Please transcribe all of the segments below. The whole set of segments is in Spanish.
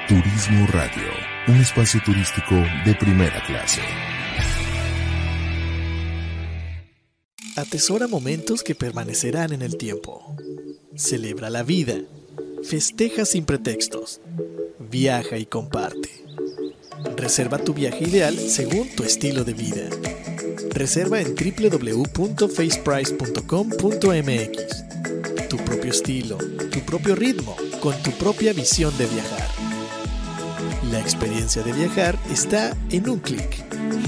Turismo Radio, un espacio turístico de primera clase. Atesora momentos que permanecerán en el tiempo. Celebra la vida. Festeja sin pretextos. Viaja y comparte. Reserva tu viaje ideal según tu estilo de vida. Reserva en www.faceprice.com.mx. Tu propio estilo, tu propio ritmo, con tu propia visión de viajar. La experiencia de viajar está en un clic.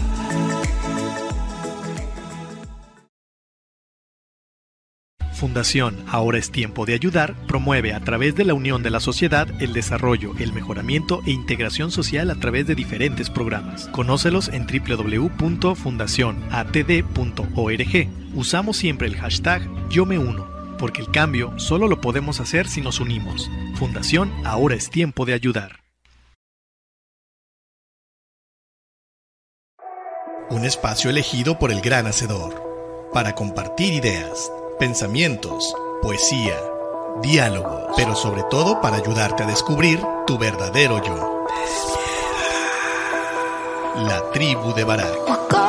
Fundación Ahora es Tiempo de Ayudar promueve a través de la unión de la sociedad el desarrollo, el mejoramiento e integración social a través de diferentes programas. Conócelos en www.fundacionatd.org. Usamos siempre el hashtag #YoMeUno, porque el cambio solo lo podemos hacer si nos unimos. Fundación Ahora es Tiempo de Ayudar. Un espacio elegido por el gran hacedor, para compartir ideas, pensamientos, poesía, diálogo, pero sobre todo para ayudarte a descubrir tu verdadero yo. La tribu de Barak.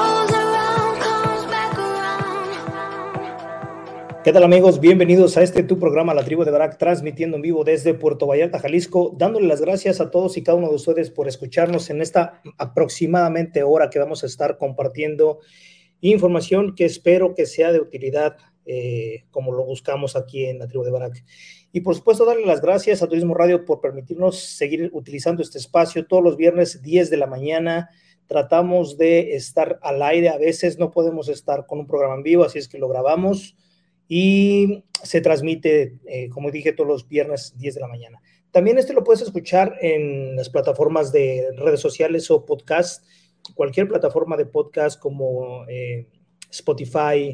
¿Qué tal, amigos? Bienvenidos a tu programa La Tribu de Barak, transmitiendo en vivo desde Puerto Vallarta, Jalisco, dándole las gracias a todos y cada uno de ustedes por escucharnos en esta aproximadamente hora que vamos a estar compartiendo información que espero que sea de utilidad, como lo buscamos aquí en La Tribu de Barak. Y por supuesto darle las gracias a Turismo Radio por permitirnos seguir utilizando este espacio todos los viernes 10 de la mañana. Tratamos de estar al aire, a veces no podemos estar con un programa en vivo, así es que lo grabamos y se transmite, como dije, todos los viernes 10 de la mañana. También lo puedes escuchar en las plataformas de redes sociales o podcast, cualquier plataforma de podcast como Spotify,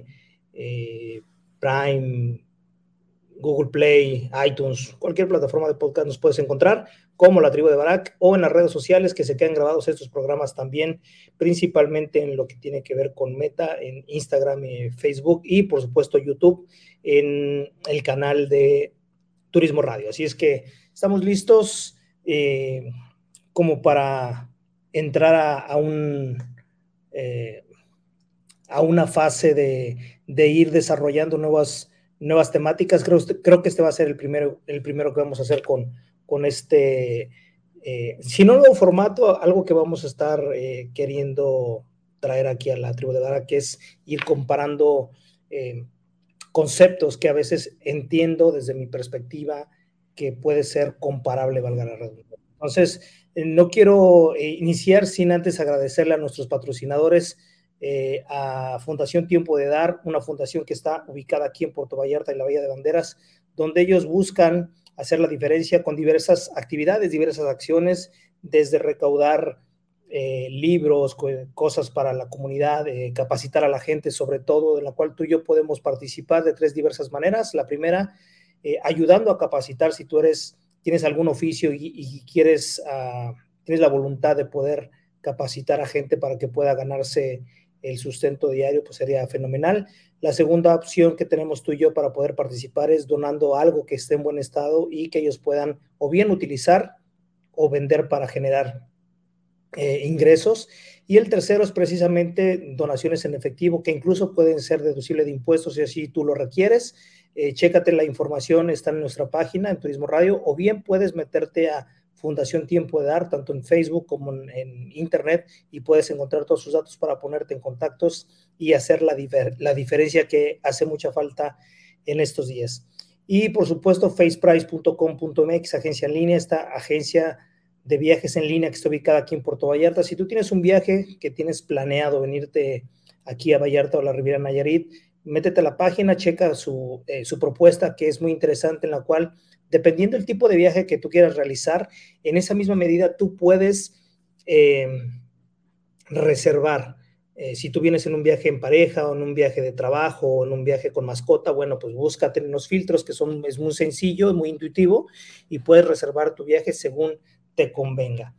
Prime, Google Play, iTunes, cualquier plataforma de podcast nos puedes encontrar como La Tribu de Barak, o en las redes sociales que se quedan grabados estos programas también, principalmente en lo que tiene que ver con Meta, en Instagram, Facebook y por supuesto YouTube, en el canal de Turismo Radio. Así es que estamos listos como para entrar a una fase de ir desarrollando nuevas temáticas. Creo que este va a ser el primero que vamos a hacer con si no nuevo formato, algo que vamos a estar queriendo traer aquí a La Tribu de Barak, que es ir comparando conceptos que a veces entiendo desde mi perspectiva que puede ser comparable, valga la redundancia. Entonces, no quiero iniciar sin antes agradecerle a nuestros patrocinadores, a Fundación Tiempo de Dar, una fundación que está ubicada aquí en Puerto Vallarta, en la Bahía de Banderas, donde ellos buscan hacer la diferencia con diversas actividades, diversas acciones, desde recaudar libros, cosas para la comunidad, capacitar a la gente, sobre todo, de la cual tú y yo podemos participar de tres diversas maneras. La primera, ayudando a capacitar si tú tienes algún oficio y tienes la voluntad de poder capacitar a gente para que pueda ganarse el sustento diario, pues sería fenomenal. La segunda opción que tenemos tú y yo para poder participar es donando algo que esté en buen estado y que ellos puedan o bien utilizar o vender para generar ingresos. Y el tercero es precisamente donaciones en efectivo, que incluso pueden ser deducibles de impuestos si así tú lo requieres. Chécate la información, está en nuestra página en Turismo Radio, o bien puedes meterte a Fundación Tiempo de Dar, tanto en Facebook como en Internet, y puedes encontrar todos sus datos para ponerte en contactos y hacer la diferencia que hace mucha falta en estos días. Y por supuesto, faceprice.com.mx, agencia en línea, esta agencia de viajes en línea que está ubicada aquí en Puerto Vallarta. Si tú tienes un viaje que tienes planeado venirte aquí a Vallarta o a la Riviera Nayarit, métete a la página, checa su propuesta, que es muy interesante, en la cual, dependiendo del tipo de viaje que tú quieras realizar, en esa misma medida tú puedes reservar. Si tú vienes en un viaje en pareja, o en un viaje de trabajo, o en un viaje con mascota, bueno, pues búscate unos filtros que es muy sencillo, muy intuitivo, y puedes reservar tu viaje según te convenga.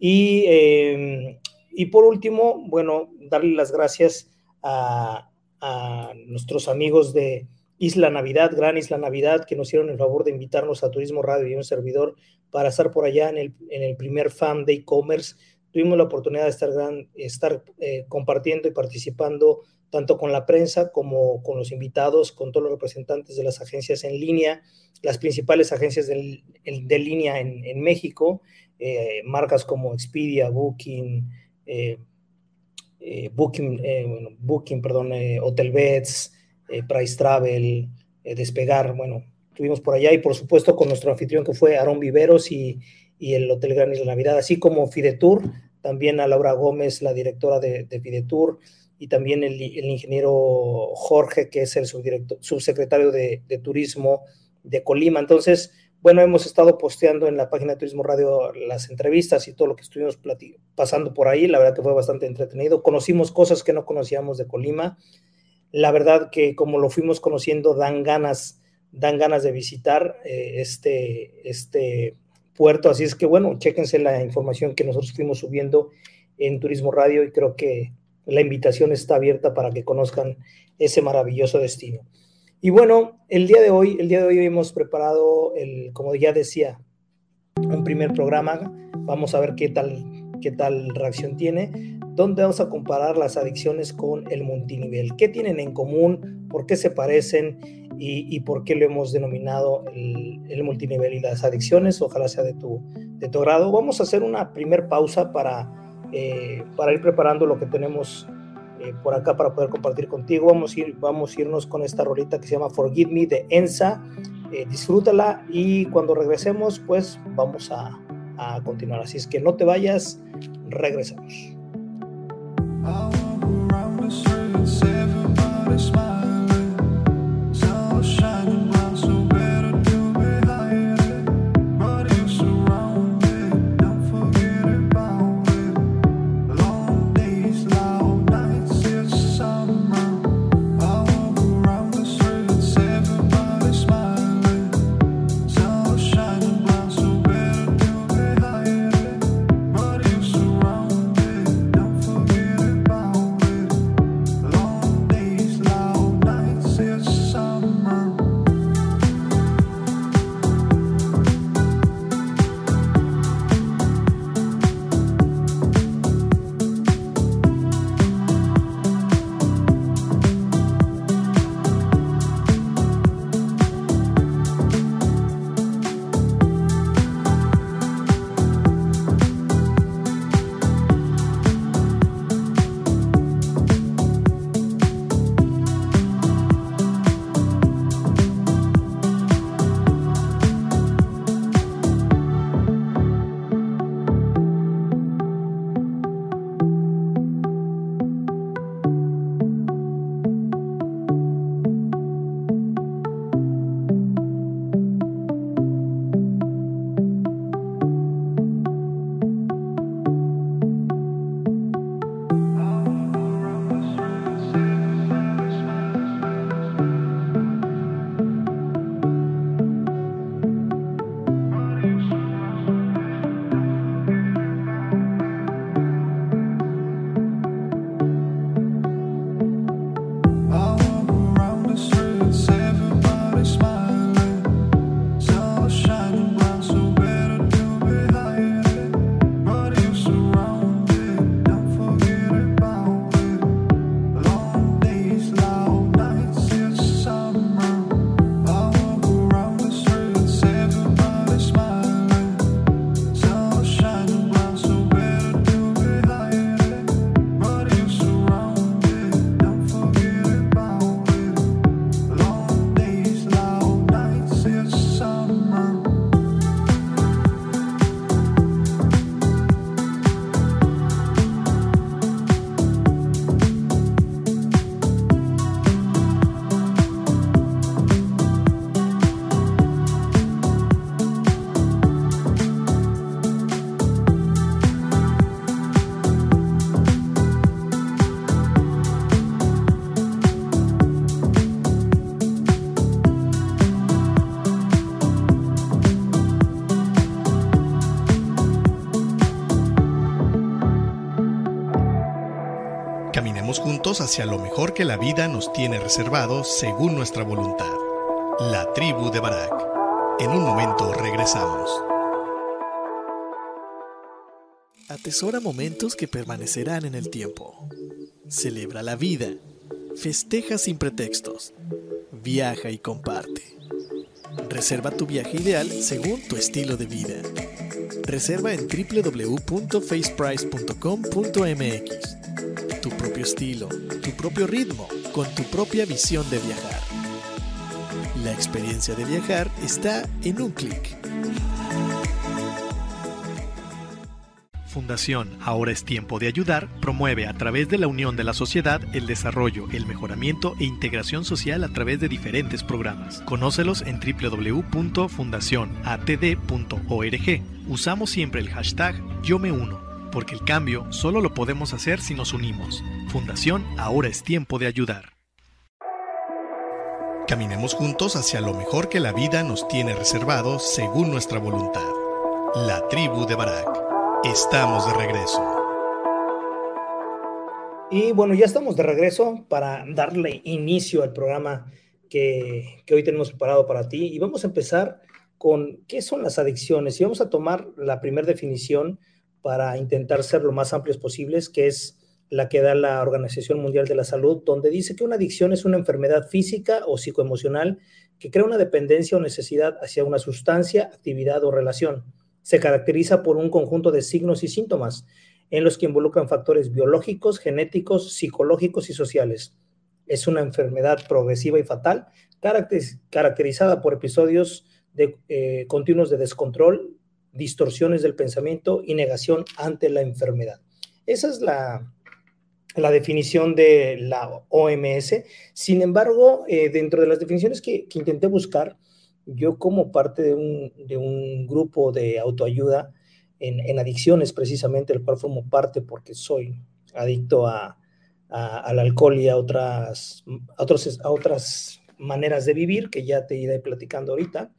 Y por último, bueno, darle las gracias a nuestros amigos de Isla Navidad, Gran Isla Navidad, que nos hicieron el favor de invitarnos a Turismo Radio y un servidor para estar por allá en el primer FAM de e-commerce. Tuvimos la oportunidad de estar compartiendo y participando tanto con la prensa como con los invitados, con todos los representantes de las agencias en línea, las principales agencias de línea en México, marcas como Expedia, Booking, Hotelbeds, Price Travel, Despegar. Bueno, estuvimos por allá y por supuesto con nuestro anfitrión que fue Aarón Viveros y el Hotel Gran Isla Navidad, así como Fidetour, también a Laura Gómez, la directora de Fidetour, y también el ingeniero Jorge, que es el subsecretario de Turismo de Colima. Entonces, bueno, hemos estado posteando en la página de Turismo Radio las entrevistas y todo lo que estuvimos pasando por ahí. La verdad que fue bastante entretenido. Conocimos cosas que no conocíamos de Colima. La verdad que como lo fuimos conociendo, dan ganas de visitar este puerto. Así es que, bueno, chéquense la información que nosotros fuimos subiendo en Turismo Radio y creo que la invitación está abierta para que conozcan ese maravilloso destino. Y bueno, el día de hoy hemos preparado, como ya decía, un primer programa. Vamos a ver qué tal reacción tiene, donde vamos a comparar las adicciones con el multinivel. ¿Qué tienen en común? ¿Por qué se parecen? Y por qué lo hemos denominado el multinivel y las adicciones. Ojalá sea de tu agrado. Vamos a hacer una primer pausa para ir preparando lo que tenemos por acá para poder compartir contigo. Vamos a irnos con esta rolita que se llama Forgive Me de Ensa. Disfrútala y cuando regresemos pues vamos a continuar. Así es que no te vayas, regresamos. Caminemos juntos hacia lo mejor que la vida nos tiene reservado según nuestra voluntad. La tribu de Barak. En un momento regresamos. Atesora momentos que permanecerán en el tiempo. Celebra la vida. Festeja sin pretextos. Viaja y comparte. Reserva tu viaje ideal según tu estilo de vida. Reserva en www.faceprice.com.mx. Tu propio estilo, tu propio ritmo, con tu propia visión de viajar. La experiencia de viajar está en un clic. Fundación Ahora es Tiempo de Ayudar promueve a través de la unión de la sociedad el desarrollo, el mejoramiento e integración social a través de diferentes programas. Conócelos en www.fundacionatd.org. Usamos siempre el hashtag Yo Me Uno, porque el cambio solo lo podemos hacer si nos unimos. Fundación Ahora es Tiempo de Ayudar. Caminemos juntos hacia lo mejor que la vida nos tiene reservado según nuestra voluntad. La tribu de Barak. Estamos de regreso. Y bueno, ya estamos de regreso para darle inicio al programa que hoy tenemos preparado para ti. Y vamos a empezar con qué son las adicciones. Y vamos a tomar la primera definición para intentar ser lo más amplios posibles, que es la que da la Organización Mundial de la Salud, donde dice que una adicción es una enfermedad física o psicoemocional que crea una dependencia o necesidad hacia una sustancia, actividad o relación. Se caracteriza por un conjunto de signos y síntomas en los que involucran factores biológicos, genéticos, psicológicos y sociales. Es una enfermedad progresiva y fatal, caracterizada por episodios continuos de descontrol, distorsiones del pensamiento y negación ante la enfermedad. Esa es la definición de la OMS. Sin embargo, dentro de las definiciones que intenté buscar, yo como parte de un grupo de autoayuda en adicciones precisamente, del cual formo parte porque soy adicto al alcohol y a otras maneras de vivir que ya te iré platicando ahorita,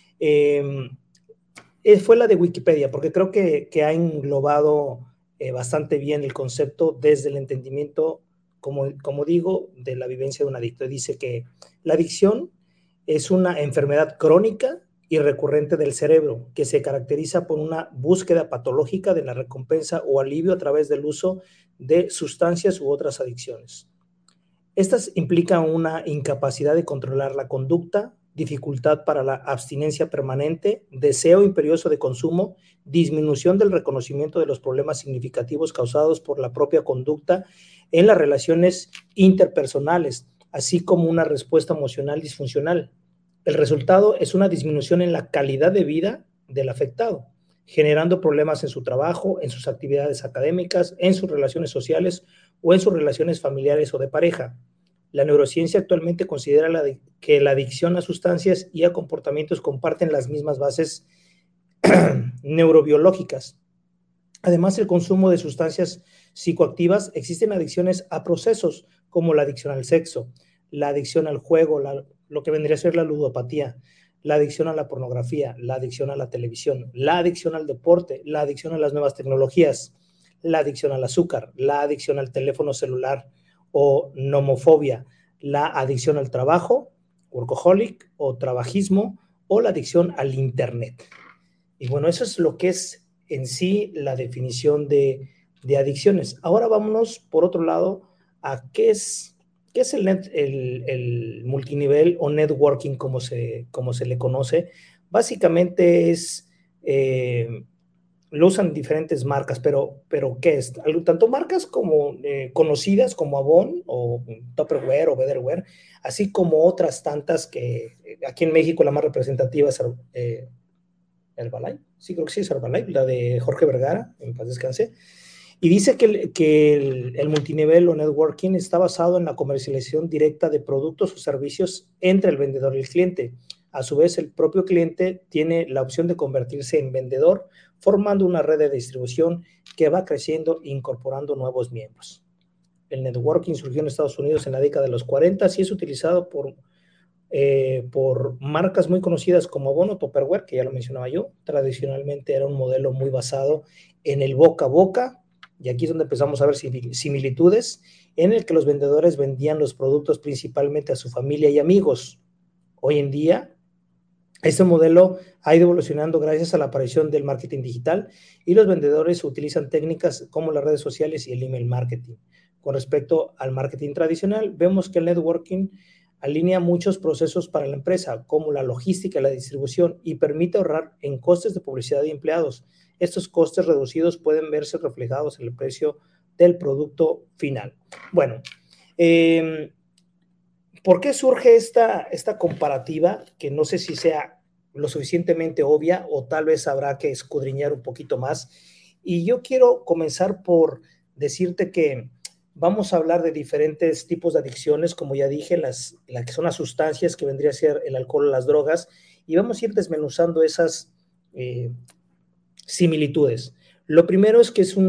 fue la de Wikipedia, porque creo que ha englobado bastante bien el concepto desde el entendimiento, como digo, de la vivencia de un adicto. Dice que la adicción es una enfermedad crónica y recurrente del cerebro que se caracteriza por una búsqueda patológica de la recompensa o alivio a través del uso de sustancias u otras adicciones. Estas implican una incapacidad de controlar la conducta, dificultad para la abstinencia permanente, deseo imperioso de consumo, disminución del reconocimiento de los problemas significativos causados por la propia conducta en las relaciones interpersonales, así como una respuesta emocional disfuncional. El resultado es una disminución en la calidad de vida del afectado, generando problemas en su trabajo, en sus actividades académicas, en sus relaciones sociales o en sus relaciones familiares o de pareja. La neurociencia actualmente considera que la adicción a sustancias y a comportamientos comparten las mismas bases neurobiológicas. Además, el consumo de sustancias psicoactivas, existen adicciones a procesos, como la adicción al sexo, la adicción al juego, lo que vendría a ser la ludopatía, la adicción a la pornografía, la adicción a la televisión, la adicción al deporte, la adicción a las nuevas tecnologías, la adicción al azúcar, la adicción al teléfono celular o nomofobia, la adicción al trabajo, workaholic o trabajismo, o la adicción al internet. Y bueno, eso es lo que es en sí la definición de adicciones. Ahora vámonos, por otro lado, a qué es el multinivel o networking, como se le conoce. Básicamente es, lo usan diferentes marcas, pero ¿qué es? Tanto marcas como conocidas como Avon o Tupperware o Betterware, así como otras tantas que aquí en México la más representativa es Herbalife. Sí, creo que sí es Herbalife, la de Jorge Vergara, en paz descanse. Y dice que el multinivel o networking está basado en la comercialización directa de productos o servicios entre el vendedor y el cliente. A su vez, el propio cliente tiene la opción de convertirse en vendedor, formando una red de distribución que va creciendo e incorporando nuevos miembros. El networking surgió en Estados Unidos en la década de los 40 y es utilizado por marcas muy conocidas como Avon o Tupperware, que ya lo mencionaba yo. Tradicionalmente era un modelo muy basado en el boca a boca, y aquí es donde empezamos a ver similitudes, en el que los vendedores vendían los productos principalmente a su familia y amigos. Hoy en día, este modelo ha ido evolucionando gracias a la aparición del marketing digital y los vendedores utilizan técnicas como las redes sociales y el email marketing. Con respecto al marketing tradicional, vemos que el networking alinea muchos procesos para la empresa, como la logística y la distribución, y permite ahorrar en costes de publicidad y empleados. Estos costes reducidos pueden verse reflejados en el precio del producto final. Bueno, ¿por qué surge esta comparativa? Que no sé si sea lo suficientemente obvia o tal vez habrá que escudriñar un poquito más. Y yo quiero comenzar por decirte que vamos a hablar de diferentes tipos de adicciones, como ya dije, las que son las sustancias, que vendría a ser el alcohol o las drogas, y vamos a ir desmenuzando esas similitudes. Lo primero es que es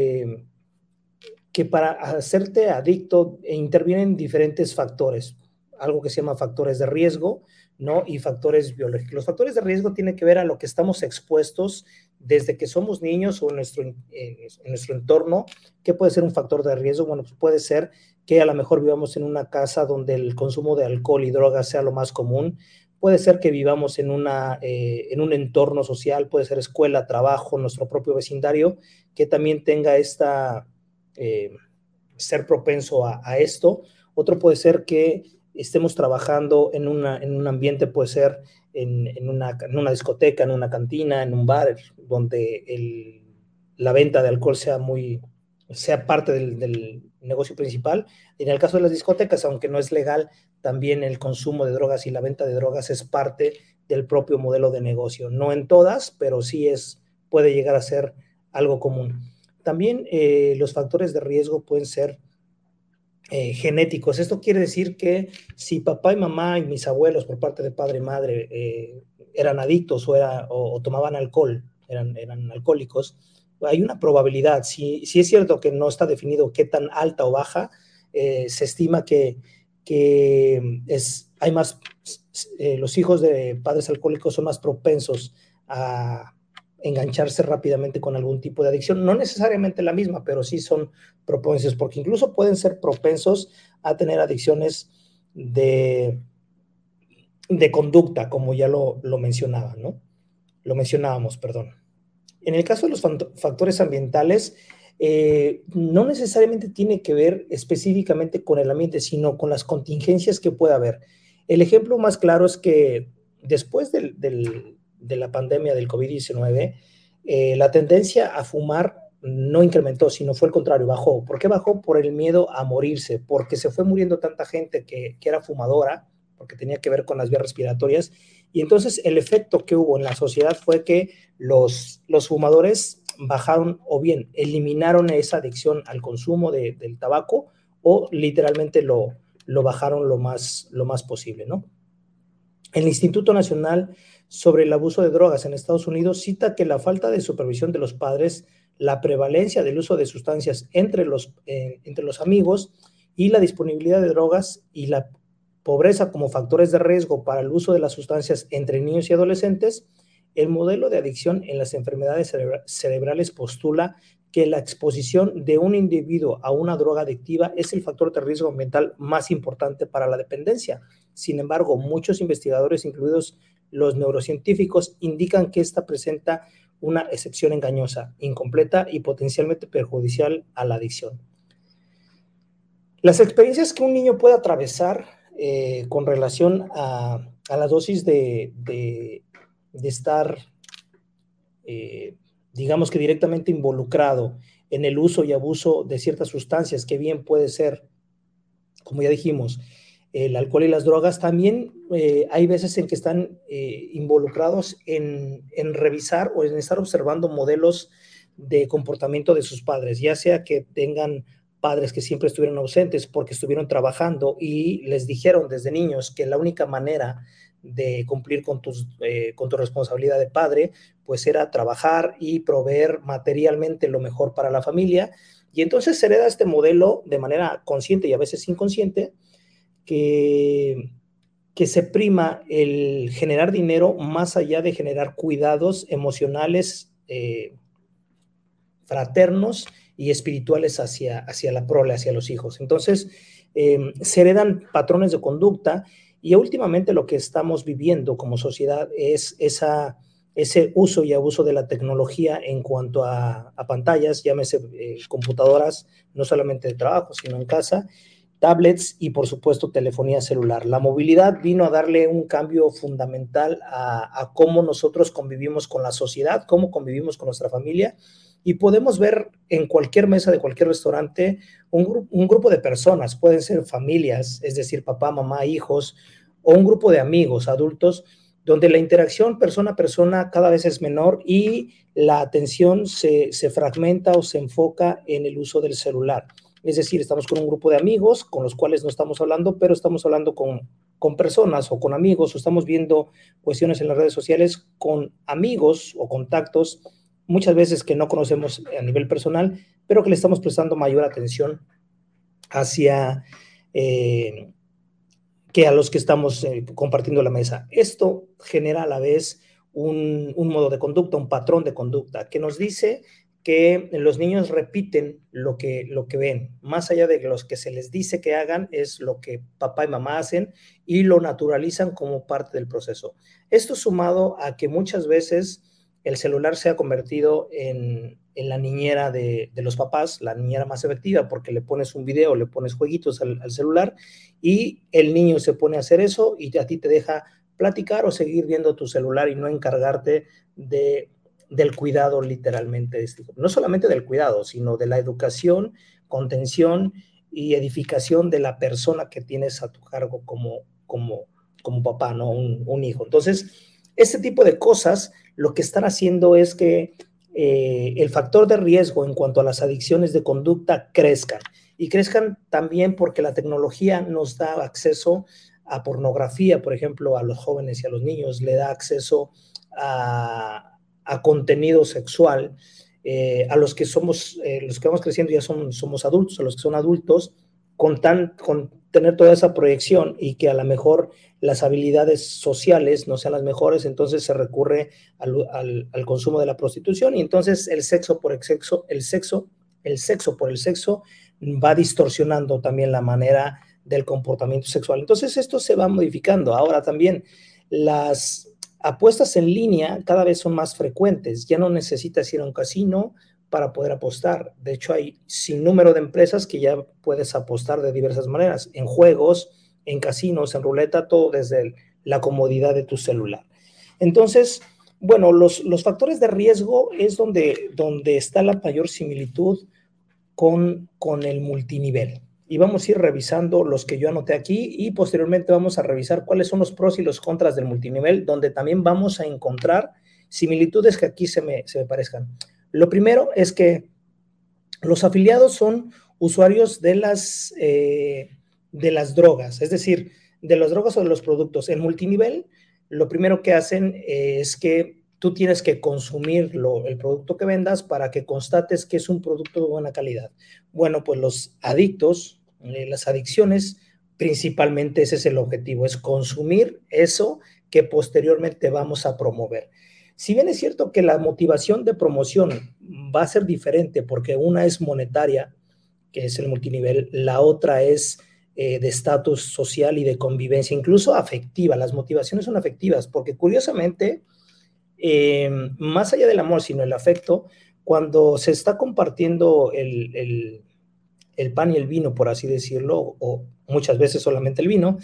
que para hacerte adicto intervienen diferentes factores, algo que se llama factores de riesgo, ¿no? Y factores biológicos. Los factores de riesgo tienen que ver a lo que estamos expuestos desde que somos niños o en nuestro entorno. ¿Qué puede ser un factor de riesgo? Bueno, pues puede ser que a lo mejor vivamos en una casa donde el consumo de alcohol y drogas sea lo más común. Puede ser que vivamos en un entorno social, puede ser escuela, trabajo, nuestro propio vecindario, que también tenga ser propenso a esto. Otro puede ser que estemos trabajando en un ambiente, puede ser en una discoteca, en una cantina, en un bar, donde la venta de alcohol sea parte del negocio principal. En el caso de las discotecas, aunque no es legal, también el consumo de drogas y la venta de drogas es parte del propio modelo de negocio. No en todas, pero sí puede llegar a ser algo común. También los factores de riesgo pueden ser genéticos. Esto quiere decir que si papá y mamá y mis abuelos por parte de padre y madre eran adictos o tomaban alcohol, eran alcohólicos, hay una probabilidad, si es cierto que no está definido qué tan alta o baja, se estima que hay más, los hijos de padres alcohólicos son más propensos a engancharse rápidamente con algún tipo de adicción, no necesariamente la misma, pero sí son propensos, porque incluso pueden ser propensos a tener adicciones de conducta, como ya lo mencionaba, ¿no? Lo mencionábamos, perdón. En el caso de los factores ambientales, no necesariamente tiene que ver específicamente con el ambiente, sino con las contingencias que pueda haber. El ejemplo más claro es que después de la pandemia del COVID-19, la tendencia a fumar no incrementó, sino fue el contrario, bajó. ¿Por qué bajó? Por el miedo a morirse, porque se fue muriendo tanta gente que era fumadora, porque tenía que ver con las vías respiratorias, y entonces el efecto que hubo en la sociedad fue que los fumadores bajaron o bien eliminaron esa adicción al consumo del tabaco o literalmente lo bajaron lo más posible, ¿no? El Instituto Nacional sobre el Abuso de Drogas en Estados Unidos cita que la falta de supervisión de los padres, la prevalencia del uso de sustancias entre los amigos y la disponibilidad de drogas y la pobreza como factores de riesgo para el uso de las sustancias entre niños y adolescentes, el modelo de adicción en las enfermedades cerebrales postula que la exposición de un individuo a una droga adictiva es el factor de riesgo ambiental más importante para la dependencia. Sin embargo, muchos investigadores, incluidos los neurocientíficos, indican que esta presenta una excepción engañosa, incompleta y potencialmente perjudicial a la adicción. Las experiencias que un niño puede atravesar con relación a la dosis de estar, digamos que directamente involucrado en el uso y abuso de ciertas sustancias, que bien puede ser, como ya dijimos, el alcohol y las drogas, también hay veces en que están involucrados en revisar o en estar observando modelos de comportamiento de sus padres, ya sea que tengan padres que siempre estuvieron ausentes porque estuvieron trabajando y les dijeron desde niños que la única manera de cumplir con tu responsabilidad de padre, pues era trabajar y proveer materialmente lo mejor para la familia, y entonces se hereda este modelo de manera consciente y a veces inconsciente, que se prima el generar dinero más allá de generar cuidados emocionales, fraternos y espirituales hacia la prole, hacia los hijos. Entonces, se heredan patrones de conducta Y últimamente lo que estamos viviendo como sociedad es ese uso y abuso de la tecnología en cuanto a pantallas, llámese computadoras, no solamente de trabajo, sino en casa, tablets y por supuesto telefonía celular. La movilidad vino a darle un cambio fundamental a cómo nosotros convivimos con la sociedad, cómo convivimos con nuestra familia, y podemos ver en cualquier mesa de cualquier restaurante un grupo de personas, pueden ser familias, es decir, papá, mamá, hijos, o un grupo de amigos, adultos, donde la interacción persona a persona cada vez es menor y la atención se fragmenta o se enfoca en el uso del celular. Es decir, estamos con un grupo de amigos con los cuales no estamos hablando, pero estamos hablando con personas o con amigos, o estamos viendo cuestiones en las redes sociales con amigos o contactos, muchas veces que no conocemos a nivel personal, pero que le estamos prestando mayor atención hacia que a los que estamos compartiendo la mesa. Esto genera a la vez un modo de conducta, un patrón de conducta que nos dice que los niños repiten lo que ven, más allá de los que se les dice que hagan, es lo que papá y mamá hacen y lo naturalizan como parte del proceso. Esto sumado a que muchas veces el celular se ha convertido en la niñera de los papás, la niñera más efectiva, porque le pones un video, le pones jueguitos al celular y el niño se pone a hacer eso y a ti te deja platicar o seguir viendo tu celular y no encargarte del cuidado literalmente. No solamente del cuidado, sino de la educación, contención y edificación de la persona que tienes a tu cargo como papá, ¿no? Un hijo. Entonces, este tipo de cosas lo que están haciendo es que el factor de riesgo en cuanto a las adicciones de conducta crezcan. Y crezcan también porque la tecnología nos da acceso a pornografía, por ejemplo, a los jóvenes y a los niños, le da acceso a contenido sexual, a los que los que vamos creciendo ya somos adultos, a los que son adultos, con tener toda esa proyección y que a lo mejor las habilidades sociales no sean las mejores, entonces se recurre al consumo de la prostitución y entonces el sexo por el sexo va distorsionando también la manera del comportamiento sexual. Entonces esto se va modificando. Ahora también las apuestas en línea cada vez son más frecuentes. Ya no necesitas ir a un casino para poder apostar. De hecho, hay sin número de empresas que ya puedes apostar de diversas maneras, en juegos, en casinos, en ruleta, todo desde la comodidad de tu celular. Entonces, bueno, los factores de riesgo es donde está la mayor similitud con el multinivel. Y vamos a ir revisando los que yo anoté aquí y posteriormente vamos a revisar cuáles son los pros y los contras del multinivel, donde también vamos a encontrar similitudes que aquí se me parezcan. Lo primero es que los afiliados son usuarios de las drogas, es decir, de las drogas o de los productos. En multinivel, lo primero que hacen es que tú tienes que consumir el producto que vendas para que constates que es un producto de buena calidad. Bueno, pues los adictos, las adicciones, principalmente ese es el objetivo, es consumir eso que posteriormente vamos a promover. Si bien es cierto que la motivación de promoción va a ser diferente porque una es monetaria, que es el multinivel, la otra es de estatus social y de convivencia, incluso afectiva. Las motivaciones son afectivas porque curiosamente, más allá del amor, sino el afecto, cuando se está compartiendo el pan y el vino, por así decirlo, o muchas veces solamente el vino,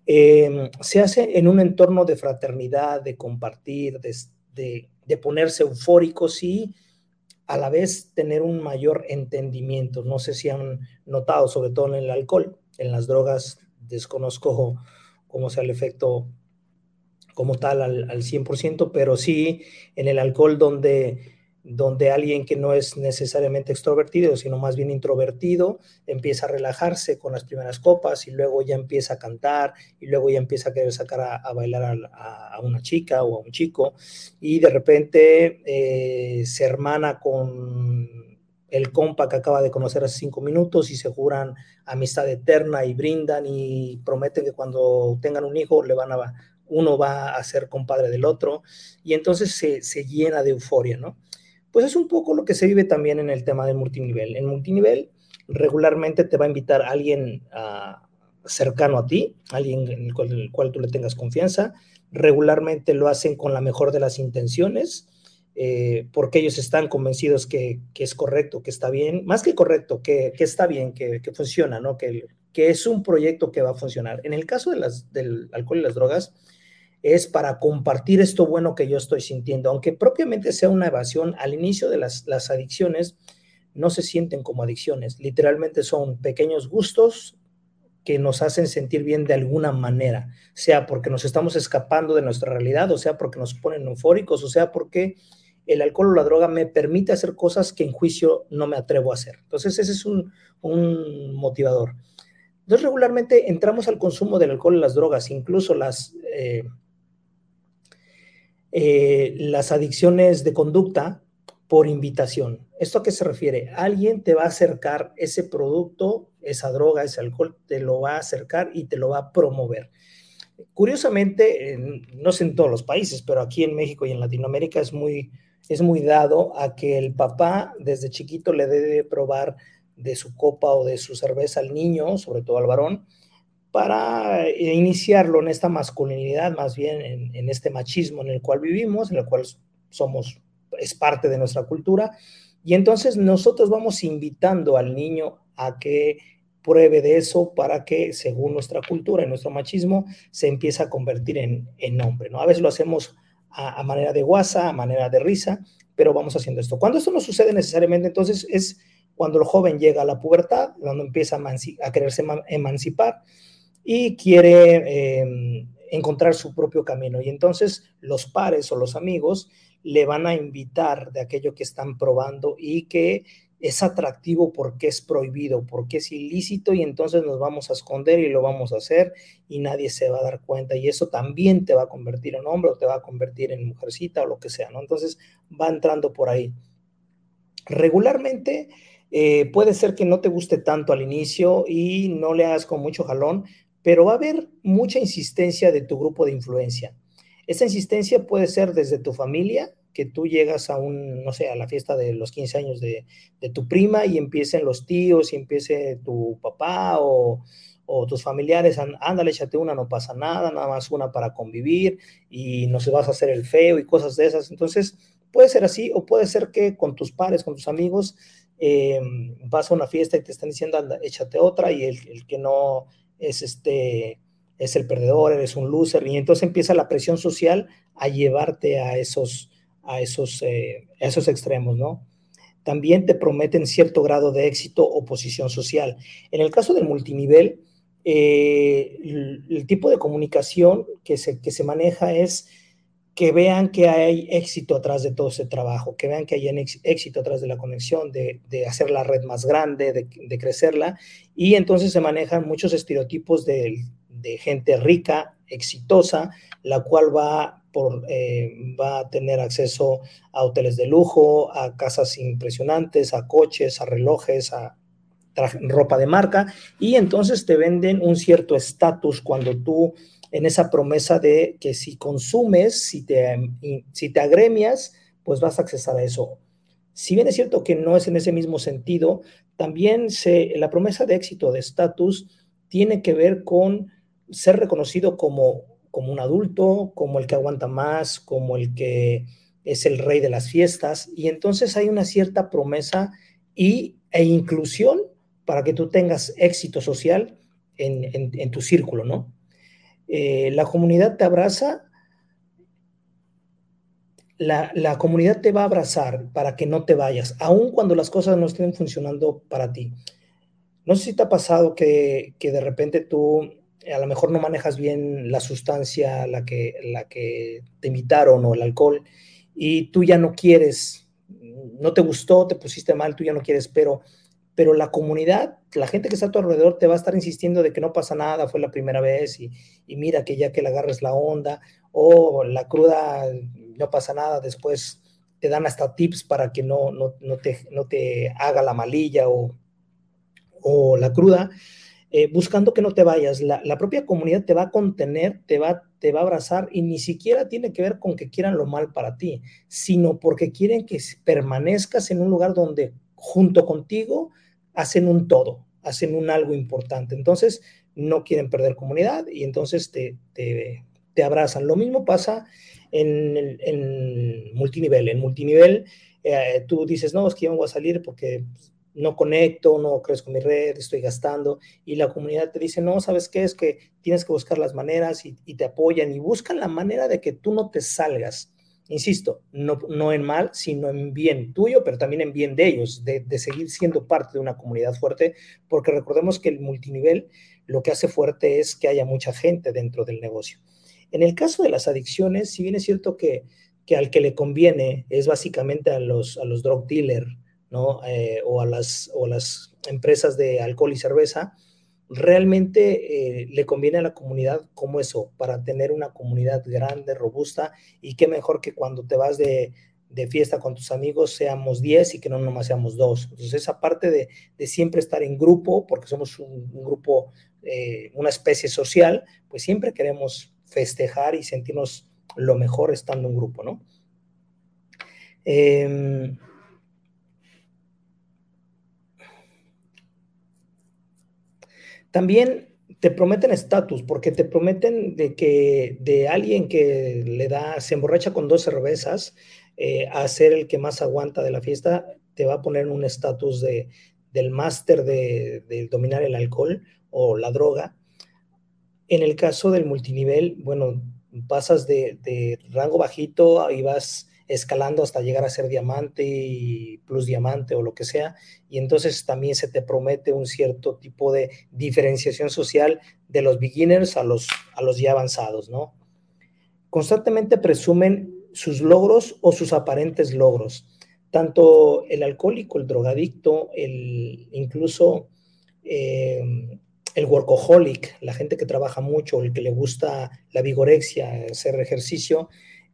se hace en un entorno de fraternidad, de compartir, de ponerse eufóricos y a la vez tener un mayor entendimiento. No sé si han notado, sobre todo en el alcohol, en las drogas, desconozco cómo sea el efecto como tal al 100%, pero sí en el alcohol donde alguien que no es necesariamente extrovertido, sino más bien introvertido, empieza a relajarse con las primeras copas y luego ya empieza a cantar y luego ya empieza a querer sacar a bailar a una chica o a un chico y de repente se hermana con el compa que acaba de conocer hace 5 minutos y se juran amistad eterna y brindan y prometen que cuando tengan un hijo uno va a ser compadre del otro y entonces se llena de euforia, ¿no? Pues es un poco lo que se vive también en el tema del multinivel. En multinivel regularmente te va a invitar alguien cercano a ti, alguien en el cual tú le tengas confianza. Regularmente lo hacen con la mejor de las intenciones, porque ellos están convencidos que es correcto, que está bien, más que correcto, que está bien, que funciona, ¿no? Que es un proyecto que va a funcionar. En el caso del alcohol y las drogas, es para compartir esto bueno que yo estoy sintiendo, aunque propiamente sea una evasión. Al inicio de las adicciones no se sienten como adicciones, literalmente son pequeños gustos que nos hacen sentir bien de alguna manera, sea porque nos estamos escapando de nuestra realidad, o sea porque nos ponen eufóricos, o sea porque el alcohol o la droga me permite hacer cosas que en juicio no me atrevo a hacer. Entonces ese es un motivador. Entonces regularmente entramos al consumo del alcohol y las drogas, incluso las adicciones de conducta, por invitación. ¿Esto a qué se refiere? Alguien te va a acercar ese producto, esa droga, ese alcohol, te lo va a acercar y te lo va a promover. Curiosamente, no sé en todos los países, pero aquí en México y en Latinoamérica es muy dado a que el papá desde chiquito le debe probar de su copa o de su cerveza al niño, sobre todo al varón, para iniciarlo en esta masculinidad, más bien en este machismo en el cual vivimos, en el cual es parte de nuestra cultura, y entonces nosotros vamos invitando al niño a que pruebe de eso para que, según nuestra cultura y nuestro machismo, se empiece a convertir en hombre, ¿no? A veces lo hacemos a manera de guasa, a manera de risa, pero vamos haciendo esto. Cuando esto no sucede necesariamente, entonces es cuando el joven llega a la pubertad, cuando empieza a quererse emancipar y quiere encontrar su propio camino. Y entonces los pares o los amigos le van a invitar de aquello que están probando y que es atractivo porque es prohibido, porque es ilícito, y entonces nos vamos a esconder y lo vamos a hacer y nadie se va a dar cuenta, y eso también te va a convertir en hombre o te va a convertir en mujercita o lo que sea, ¿no? Entonces va entrando por ahí. Regularmente puede ser que no te guste tanto al inicio y no le hagas con mucho jalón, pero va a haber mucha insistencia de tu grupo de influencia. Esa insistencia puede ser desde tu familia, que tú llegas a no sé, a la fiesta de los 15 años de tu prima y empiecen los tíos y empiece tu papá o tus familiares, ándale, échate una, no pasa nada, nada más una para convivir y no se vas a hacer el feo y cosas de esas. Entonces, puede ser así, o puede ser que con tus pares, con tus amigos, vas a una fiesta y te están diciendo, anda, échate otra, y el que no es es el perdedor, eres un loser, y entonces empieza la presión social a llevarte a esos extremos, ¿no? También te prometen cierto grado de éxito o posición social. En el caso del multinivel, el tipo de comunicación que se maneja es que vean que hay éxito atrás de todo ese trabajo, que vean que hay éxito atrás de la conexión, de hacer la red más grande, de crecerla, y entonces se manejan muchos estereotipos de gente rica, exitosa, la cual va a tener acceso a hoteles de lujo, a casas impresionantes, a coches, a relojes, a ropa de marca, y entonces te venden un cierto estatus cuando tú, en esa promesa de que si consumes, si te agremias, pues vas a accesar a eso. Si bien es cierto que no es en ese mismo sentido, también la promesa de éxito, de estatus, tiene que ver con ser reconocido como un adulto, como el que aguanta más, como el que es el rey de las fiestas, y entonces hay una cierta promesa e inclusión para que tú tengas éxito social en tu círculo, ¿no? La comunidad te abraza, la comunidad te va a abrazar para que no te vayas, aun cuando las cosas no estén funcionando para ti. No sé si te ha pasado que de repente tú a lo mejor no manejas bien la sustancia, la que te invitaron, o el alcohol, y tú ya no quieres, no te gustó, te pusiste mal, tú ya no quieres, pero la comunidad, la gente que está a tu alrededor, te va a estar insistiendo de que no pasa nada, fue la primera vez, y mira que ya que le agarres la onda, o la cruda, no pasa nada, después te dan hasta tips para que no te haga la malilla o la cruda, buscando que no te vayas. La propia comunidad te va a contener, te va a abrazar, y ni siquiera tiene que ver con que quieran lo mal para ti, sino porque quieren que permanezcas en un lugar donde junto contigo hacen un todo, hacen un algo importante. Entonces, no quieren perder comunidad y entonces te abrazan. Lo mismo pasa en multinivel. En multinivel tú dices, no, es que yo me voy a salir porque no conecto, no crezco mi red, estoy gastando, y la comunidad te dice, no, ¿sabes qué? Es que tienes que buscar las maneras y te apoyan y buscan la manera de que tú no te salgas. Insisto, no en mal, sino en bien tuyo, pero también en bien de ellos, de seguir siendo parte de una comunidad fuerte, porque recordemos que el multinivel lo que hace fuerte es que haya mucha gente dentro del negocio. En el caso de las adicciones, si bien es cierto que al que le conviene es básicamente a los drug dealers, ¿no? O a las empresas de alcohol y cerveza, realmente le conviene a la comunidad como eso, para tener una comunidad grande, robusta, y qué mejor que cuando te vas de fiesta con tus amigos seamos 10 y que no nomás seamos 2. Entonces esa parte de siempre estar en grupo, porque somos un grupo, una especie social, pues siempre queremos festejar y sentirnos lo mejor estando en grupo, ¿no? También te prometen estatus, porque te prometen de alguien que se emborracha con 2 cervezas, a ser el que más aguanta de la fiesta, te va a poner un estatus del máster de dominar el alcohol o la droga. En el caso del multinivel, bueno, pasas de rango bajito y vas escalando hasta llegar a ser diamante y plus diamante o lo que sea, y entonces también se te promete un cierto tipo de diferenciación social de los beginners a los ya avanzados, ¿no? Constantemente presumen sus logros o sus aparentes logros. Tanto el alcohólico, el drogadicto, incluso el workaholic, la gente que trabaja mucho, el que le gusta la vigorexia, hacer ejercicio,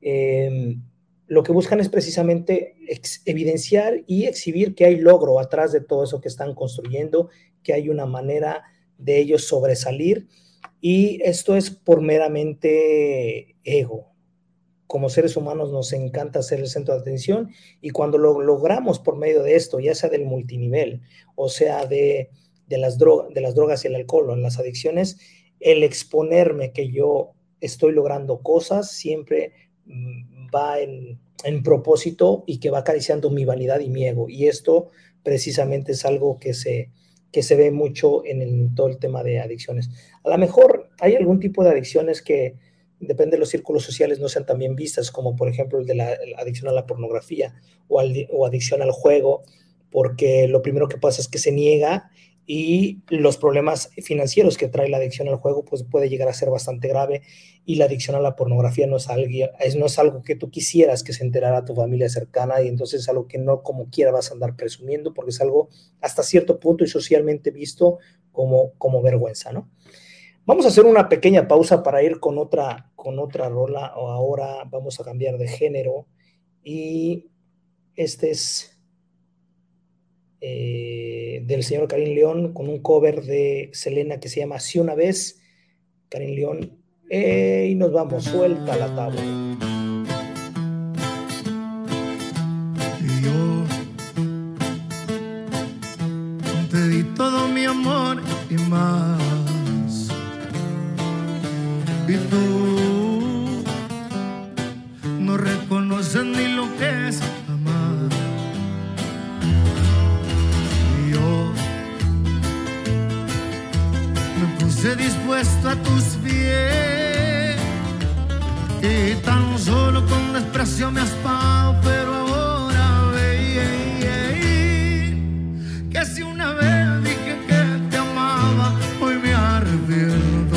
lo que buscan es precisamente evidenciar y exhibir que hay logro atrás de todo eso que están construyendo, que hay una manera de ellos sobresalir, y esto es por meramente ego. Como seres humanos nos encanta ser el centro de atención, y cuando lo logramos por medio de esto, ya sea del multinivel o sea de las drogas y el alcohol o en las adicciones, el exponerme que yo estoy logrando cosas siempre va en propósito y que va acariciando mi vanidad y mi ego, y esto precisamente es algo que se ve mucho en todo el tema de adicciones. A lo mejor hay algún tipo de adicciones que depende de los círculos sociales no sean tan bien vistas, como por ejemplo el de la adicción a la pornografía o adicción al juego, porque lo primero que pasa es que se niega, y los problemas financieros que trae la adicción al juego pues puede llegar a ser bastante grave, y la adicción a la pornografía no es algo que tú quisieras que se enterara tu familia cercana, y entonces es algo que no como quiera vas a andar presumiendo, porque es algo hasta cierto punto y socialmente visto como vergüenza, ¿no? Vamos a hacer una pequeña pausa para ir con otra rola, o ahora vamos a cambiar de género, y este es del señor Karim León con un cover de Selena que se llama Así una vez. Karim León, y nos vamos, suelta la tabla. Yo te di todo mi amor y más, y tú no reconoces ni lo que es amar. Dispuesto a tus pies, y tan solo con desprecio me has pagado, pero ahora ve que si una vez dije que te amaba, hoy me arrepiento.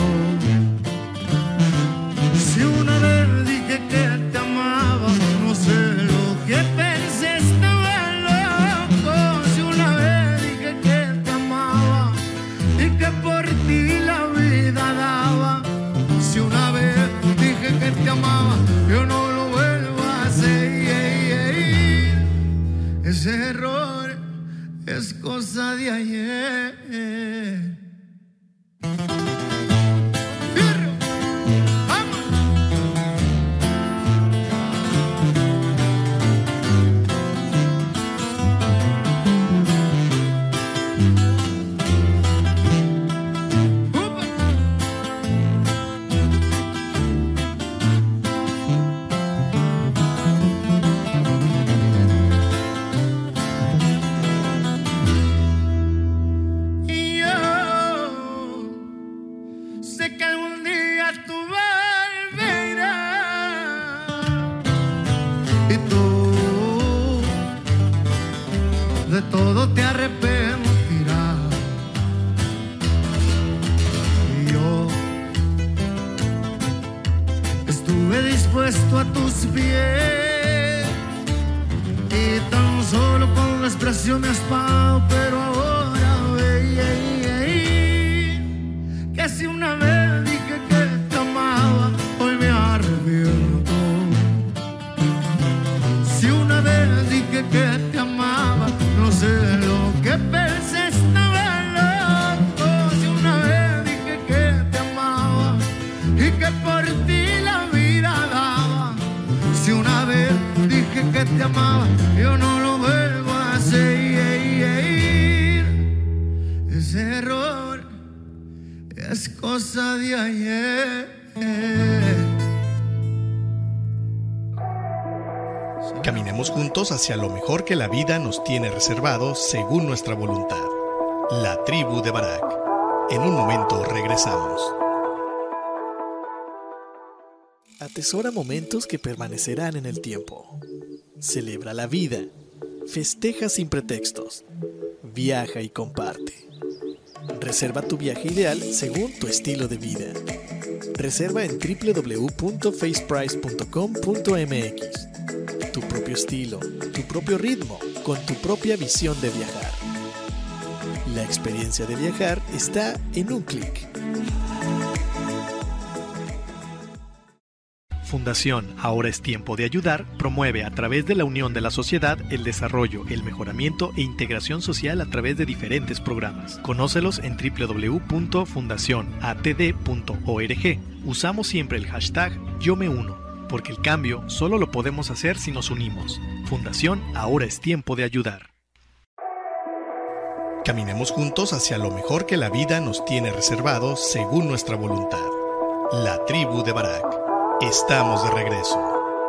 Si una vez dije que te amaba, no sé lo que pensé, estaba loco. Si una vez dije que te amaba y que por ti la vida daba, si una vez dije que te amaba, yo no lo vuelvo a hacer. Ese error es cosa de ayer. de todo te arrepentirás. Y yo estuve dispuesto a tus pies y tan solo con desprecio me has pagado, pero ahora que si una vez dije que te amaba, hoy me arrepiento. Si una vez dije que te amaba, no sé lo que pensé, estaba loco. Si una vez dije que te amaba y que por ti la vida daba, si una vez dije que te amaba, yo no lo vuelvo a hacer. Ese error es cosa de ayer. Caminemos juntos hacia lo mejor que la vida nos tiene reservado según nuestra voluntad. La tribu de Barak. En un momento regresamos. Atesora momentos que permanecerán en el tiempo. Celebra la vida. Festeja sin pretextos. Viaja y comparte. Reserva tu viaje ideal según tu estilo de vida. Reserva en www.faceprice.com.mx. Tu propio estilo, tu propio ritmo, con tu propia visión de viajar. La experiencia de viajar está en un clic. Fundación Ahora es Tiempo de Ayudar promueve a través de la unión de la sociedad el desarrollo, el mejoramiento e integración social a través de diferentes programas. Conócelos en www.fundacionatd.org. Usamos siempre el hashtag Yo Me Uno, porque el cambio solo lo podemos hacer si nos unimos. Fundación Ahora es Tiempo de Ayudar. Caminemos juntos hacia lo mejor que la vida nos tiene reservado según nuestra voluntad. La tribu de Barak. Estamos de regreso.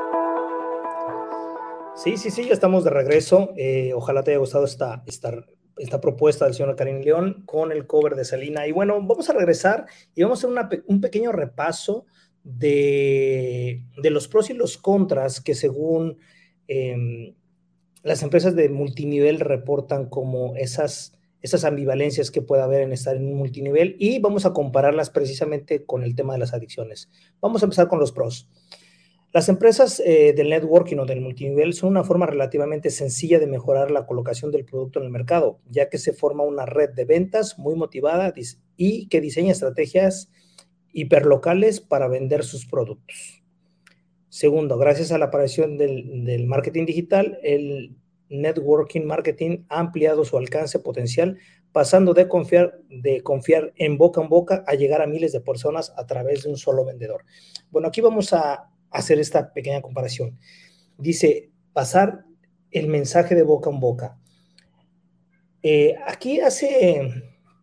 Sí, ya estamos de regreso. Ojalá te haya gustado esta propuesta del señor Karim León con el cover de Selena. Y bueno, vamos a regresar y vamos a hacer un pequeño repaso de los pros y los contras que según las empresas de multinivel reportan como esas ambivalencias que puede haber en estar en un multinivel, y vamos a compararlas precisamente con el tema de las adicciones. Vamos a empezar con los pros. Las empresas del networking o del multinivel son una forma relativamente sencilla de mejorar la colocación del producto en el mercado, ya que se forma una red de ventas muy motivada y que diseña estrategias hiperlocales para vender sus productos. Segundo, gracias a la aparición del marketing digital, el networking marketing ha ampliado su alcance potencial, pasando de confiar en boca a llegar a miles de personas a través de un solo vendedor. Bueno, aquí vamos a hacer esta pequeña comparación. Dice, pasar el mensaje de boca en boca. Aquí hace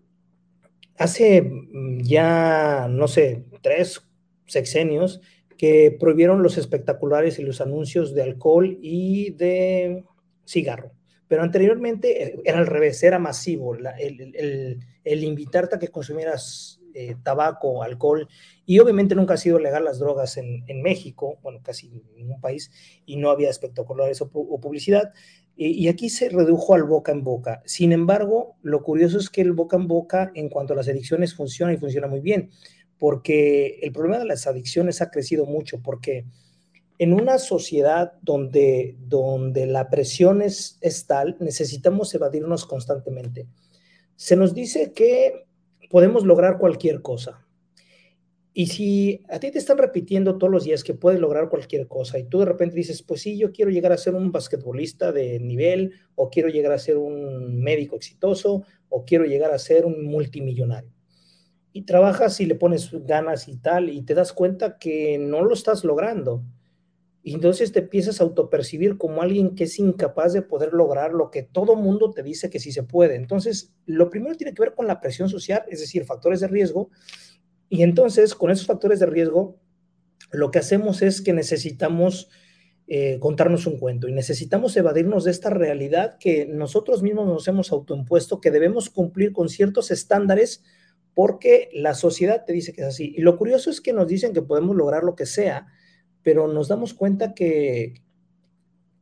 ya, no sé, 3 sexenios que prohibieron los espectaculares y los anuncios de alcohol y de cigarro. Pero anteriormente era al revés, era masivo el invitarte a que consumieras tabaco, alcohol, y obviamente nunca ha sido legal las drogas en México, bueno, casi en ningún país, y no había espectaculares o publicidad, y aquí se redujo al boca en boca. Sin embargo, lo curioso es que el boca en boca en cuanto a las adicciones funciona y funciona muy bien, porque el problema de las adicciones ha crecido mucho, porque en una sociedad donde la presión es tal, necesitamos evadirnos constantemente. Se nos dice que podemos lograr cualquier cosa. Y si a ti te están repitiendo todos los días que puedes lograr cualquier cosa y tú de repente dices, pues sí, yo quiero llegar a ser un basquetbolista de nivel, o quiero llegar a ser un médico exitoso, o quiero llegar a ser un multimillonario. Y trabajas y le pones ganas y tal, y te das cuenta que no lo estás logrando. Y entonces te empiezas a autopercibir como alguien que es incapaz de poder lograr lo que todo mundo te dice que sí se puede. Entonces, lo primero tiene que ver con la presión social, es decir, factores de riesgo. Y entonces, con esos factores de riesgo, lo que hacemos es que necesitamos contarnos un cuento y necesitamos evadirnos de esta realidad que nosotros mismos nos hemos autoimpuesto, que debemos cumplir con ciertos estándares porque la sociedad te dice que es así. Y lo curioso es que nos dicen que podemos lograr lo que sea, pero nos damos cuenta que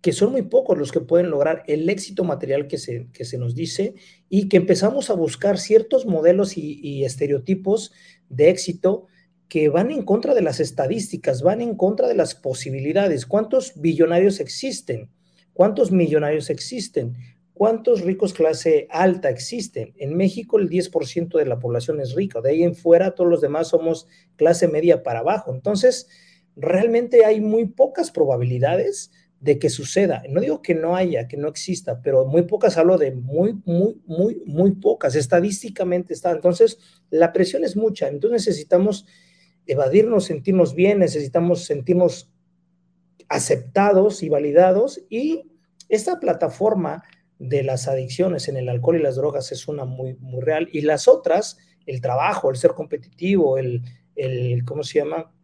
que son muy pocos los que pueden lograr el éxito material que se nos dice, y que empezamos a buscar ciertos modelos y estereotipos de éxito que van en contra de las estadísticas, van en contra de las posibilidades. ¿Cuántos billonarios existen? ¿Cuántos millonarios existen? ¿Cuántos ricos clase alta existen? En México el 10% de la población es rica, de ahí en fuera todos los demás somos clase media para abajo. Entonces, realmente hay muy pocas probabilidades de que suceda. No digo que no haya, que no exista, pero muy pocas, hablo de muy pocas. Estadísticamente está. Entonces, la presión es mucha. Entonces necesitamos evadirnos, sentirnos bien, necesitamos sentirnos aceptados y validados, y esta plataforma de las adicciones en el alcohol y las drogas es una muy real, y las otras, el trabajo, el ser competitivo, el ¿cómo se llama?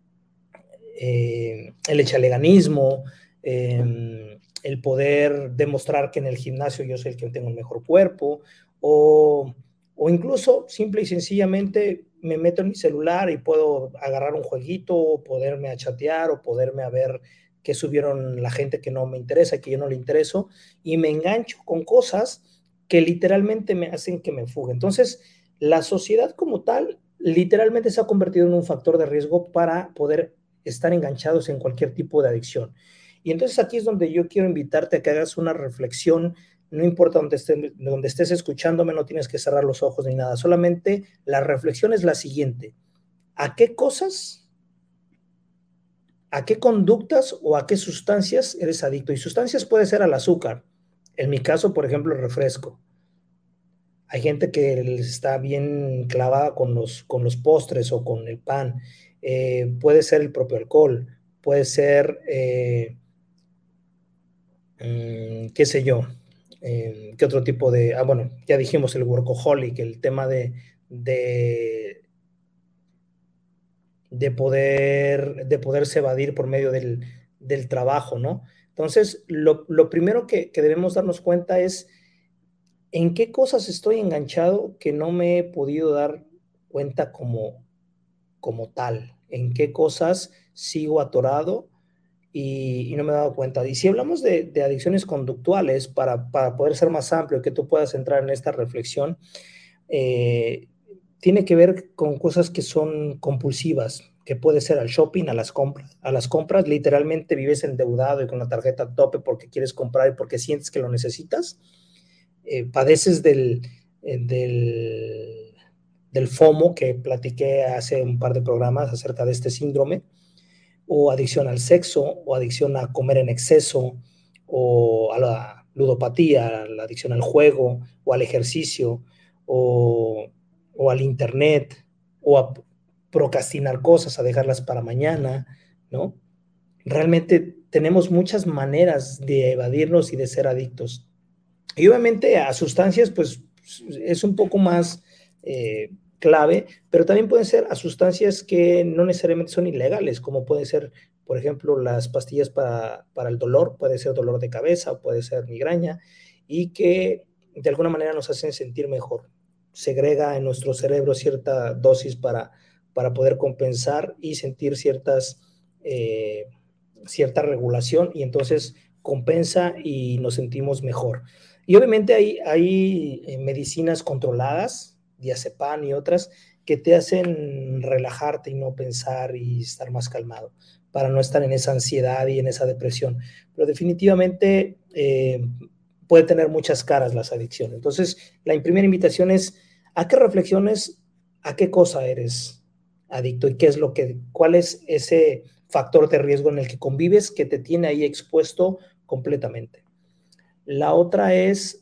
El echaleganismo, el poder demostrar que en el gimnasio yo soy el que tengo el mejor cuerpo, o incluso simple y sencillamente me meto en mi celular y puedo agarrar un jueguito, o poderme a chatear, o poderme a ver qué subieron la gente que no me interesa, que yo no le intereso, y me engancho con cosas que literalmente me hacen que me fugue. Entonces, la sociedad como tal literalmente se ha convertido en un factor de riesgo para poder estar enganchados en cualquier tipo de adicción. Y entonces aquí es donde yo quiero invitarte a que hagas una reflexión. No importa donde estés escuchándome, no tienes que cerrar los ojos ni nada, solamente la reflexión es la siguiente: ¿a qué cosas, a qué conductas o a qué sustancias eres adicto? Y sustancias puede ser al azúcar, en mi caso, por ejemplo, el refresco. Hay gente que está bien clavada con los postres o con el pan. Puede ser el propio alcohol, puede ser, qué sé yo, ¿qué otro tipo de...? Bueno, ya dijimos el workaholic, el tema de poderse evadir por medio del trabajo, ¿no? Entonces, lo primero que debemos darnos cuenta es en qué cosas estoy enganchado que no me he podido dar cuenta como tal, en qué cosas sigo atorado y no me he dado cuenta. Y si hablamos de adicciones conductuales, para poder ser más amplio, que tú puedas entrar en esta reflexión, tiene que ver con cosas que son compulsivas, que puede ser al shopping, a las compras, literalmente vives endeudado y con la tarjeta a tope porque quieres comprar y porque sientes que lo necesitas. Padeces del FOMO, que platiqué hace un par de programas acerca de este síndrome, o adicción al sexo, o adicción a comer en exceso, o a la ludopatía, la adicción al juego, o al ejercicio, o al internet, o a procrastinar cosas, a dejarlas para mañana, ¿no? Realmente tenemos muchas maneras de evadirnos y de ser adictos. Y obviamente a sustancias, pues es un poco más clave, pero también pueden ser a sustancias que no necesariamente son ilegales, como pueden ser, por ejemplo, las pastillas para el dolor, puede ser dolor de cabeza, puede ser migraña, y que de alguna manera nos hacen sentir mejor. Segrega en nuestro cerebro cierta dosis para poder compensar y sentir cierta regulación, y entonces compensa y nos sentimos mejor. Y obviamente hay medicinas controladas, diazepam y otras, que te hacen relajarte y no pensar y estar más calmado, para no estar en esa ansiedad y en esa depresión. Pero definitivamente puede tener muchas caras las adicciones. Entonces, la primera invitación es a que reflexiones a qué cosa eres adicto y cuál es ese factor de riesgo en el que convives que te tiene ahí expuesto completamente. La otra es,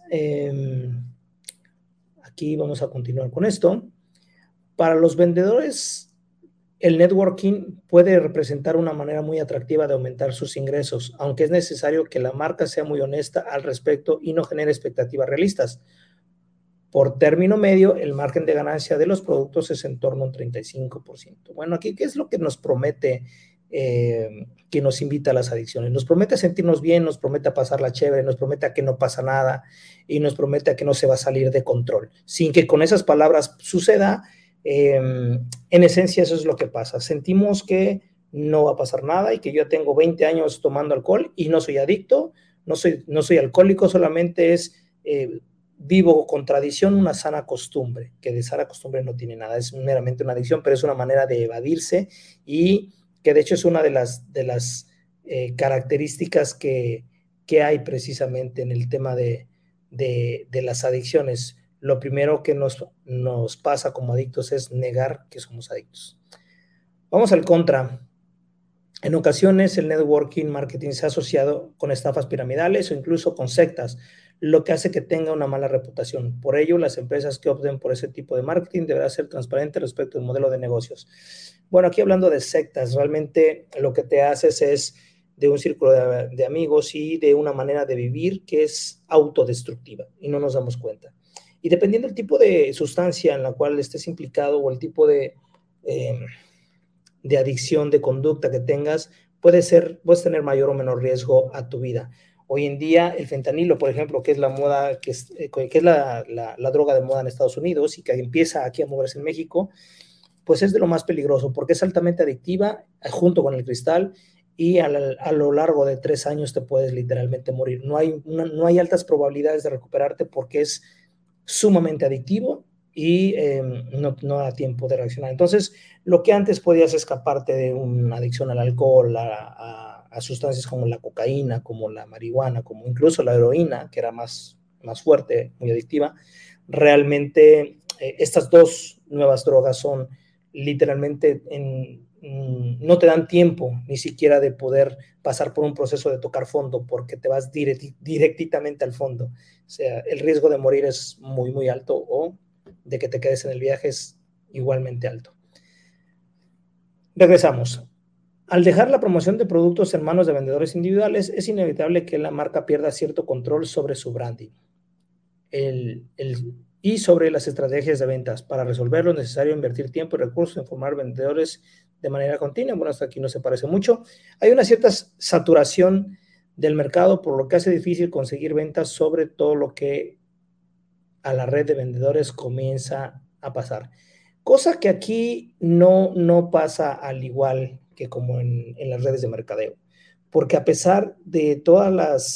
aquí vamos a continuar con esto. Para los vendedores, el networking puede representar una manera muy atractiva de aumentar sus ingresos, aunque es necesario que la marca sea muy honesta al respecto y no genere expectativas realistas. Por término medio, el margen de ganancia de los productos es en torno a un 35%. Bueno, aquí, ¿qué es lo que nos promete que nos invita a las adicciones? Nos promete sentirnos bien, nos promete pasarla chévere, nos promete a que no pasa nada y nos promete a que no se va a salir de control. Sin que con esas palabras suceda, en esencia eso es lo que pasa. Sentimos que no va a pasar nada y que yo tengo 20 años tomando alcohol y no soy adicto, no soy alcohólico, solamente es vivo con tradición una sana costumbre, que de sana costumbre no tiene nada, es meramente una adicción, pero es una manera de evadirse y que de hecho es una de las características que hay precisamente en el tema de las adicciones. Lo primero que nos pasa como adictos es negar que somos adictos. Vamos al contra. En ocasiones el networking marketing se ha asociado con estafas piramidales o incluso con sectas, lo que hace que tenga una mala reputación. Por ello, las empresas que opten por ese tipo de marketing deberán ser transparentes respecto al modelo de negocios. Bueno, aquí hablando de sectas, realmente lo que te haces es de un círculo de amigos y de una manera de vivir que es autodestructiva y no nos damos cuenta. Y dependiendo del tipo de sustancia en la cual estés implicado o el tipo de adicción, de conducta que tengas, puedes tener mayor o menor riesgo a tu vida. Hoy en día el fentanilo, por ejemplo, que es la moda, que es la droga de moda en Estados Unidos y que empieza aquí a moverse en México, pues es de lo más peligroso porque es altamente adictiva junto con el cristal y a lo largo de 3 años te puedes literalmente morir. No hay altas probabilidades de recuperarte porque es sumamente adictivo y no da tiempo de reaccionar. Entonces, lo que antes podías escaparte de una adicción al alcohol, a sustancias como la cocaína, como la marihuana, como incluso la heroína, que era más fuerte, muy adictiva, realmente estas 2 nuevas drogas son literalmente no te dan tiempo ni siquiera de poder pasar por un proceso de tocar fondo porque te vas directamente al fondo. O sea, el riesgo de morir es muy, muy alto o de que te quedes en el viaje es igualmente alto. Regresamos. Al dejar la promoción de productos en manos de vendedores individuales, es inevitable que la marca pierda cierto control sobre su branding y sobre las estrategias de ventas. Para resolverlo es necesario invertir tiempo y recursos en formar vendedores de manera continua. Bueno, hasta aquí no se parece mucho. Hay una cierta saturación del mercado, por lo que hace difícil conseguir ventas sobre todo lo que a la red de vendedores comienza a pasar. Cosa que aquí no pasa al igual que como en las redes de mercadeo. Porque a pesar de toda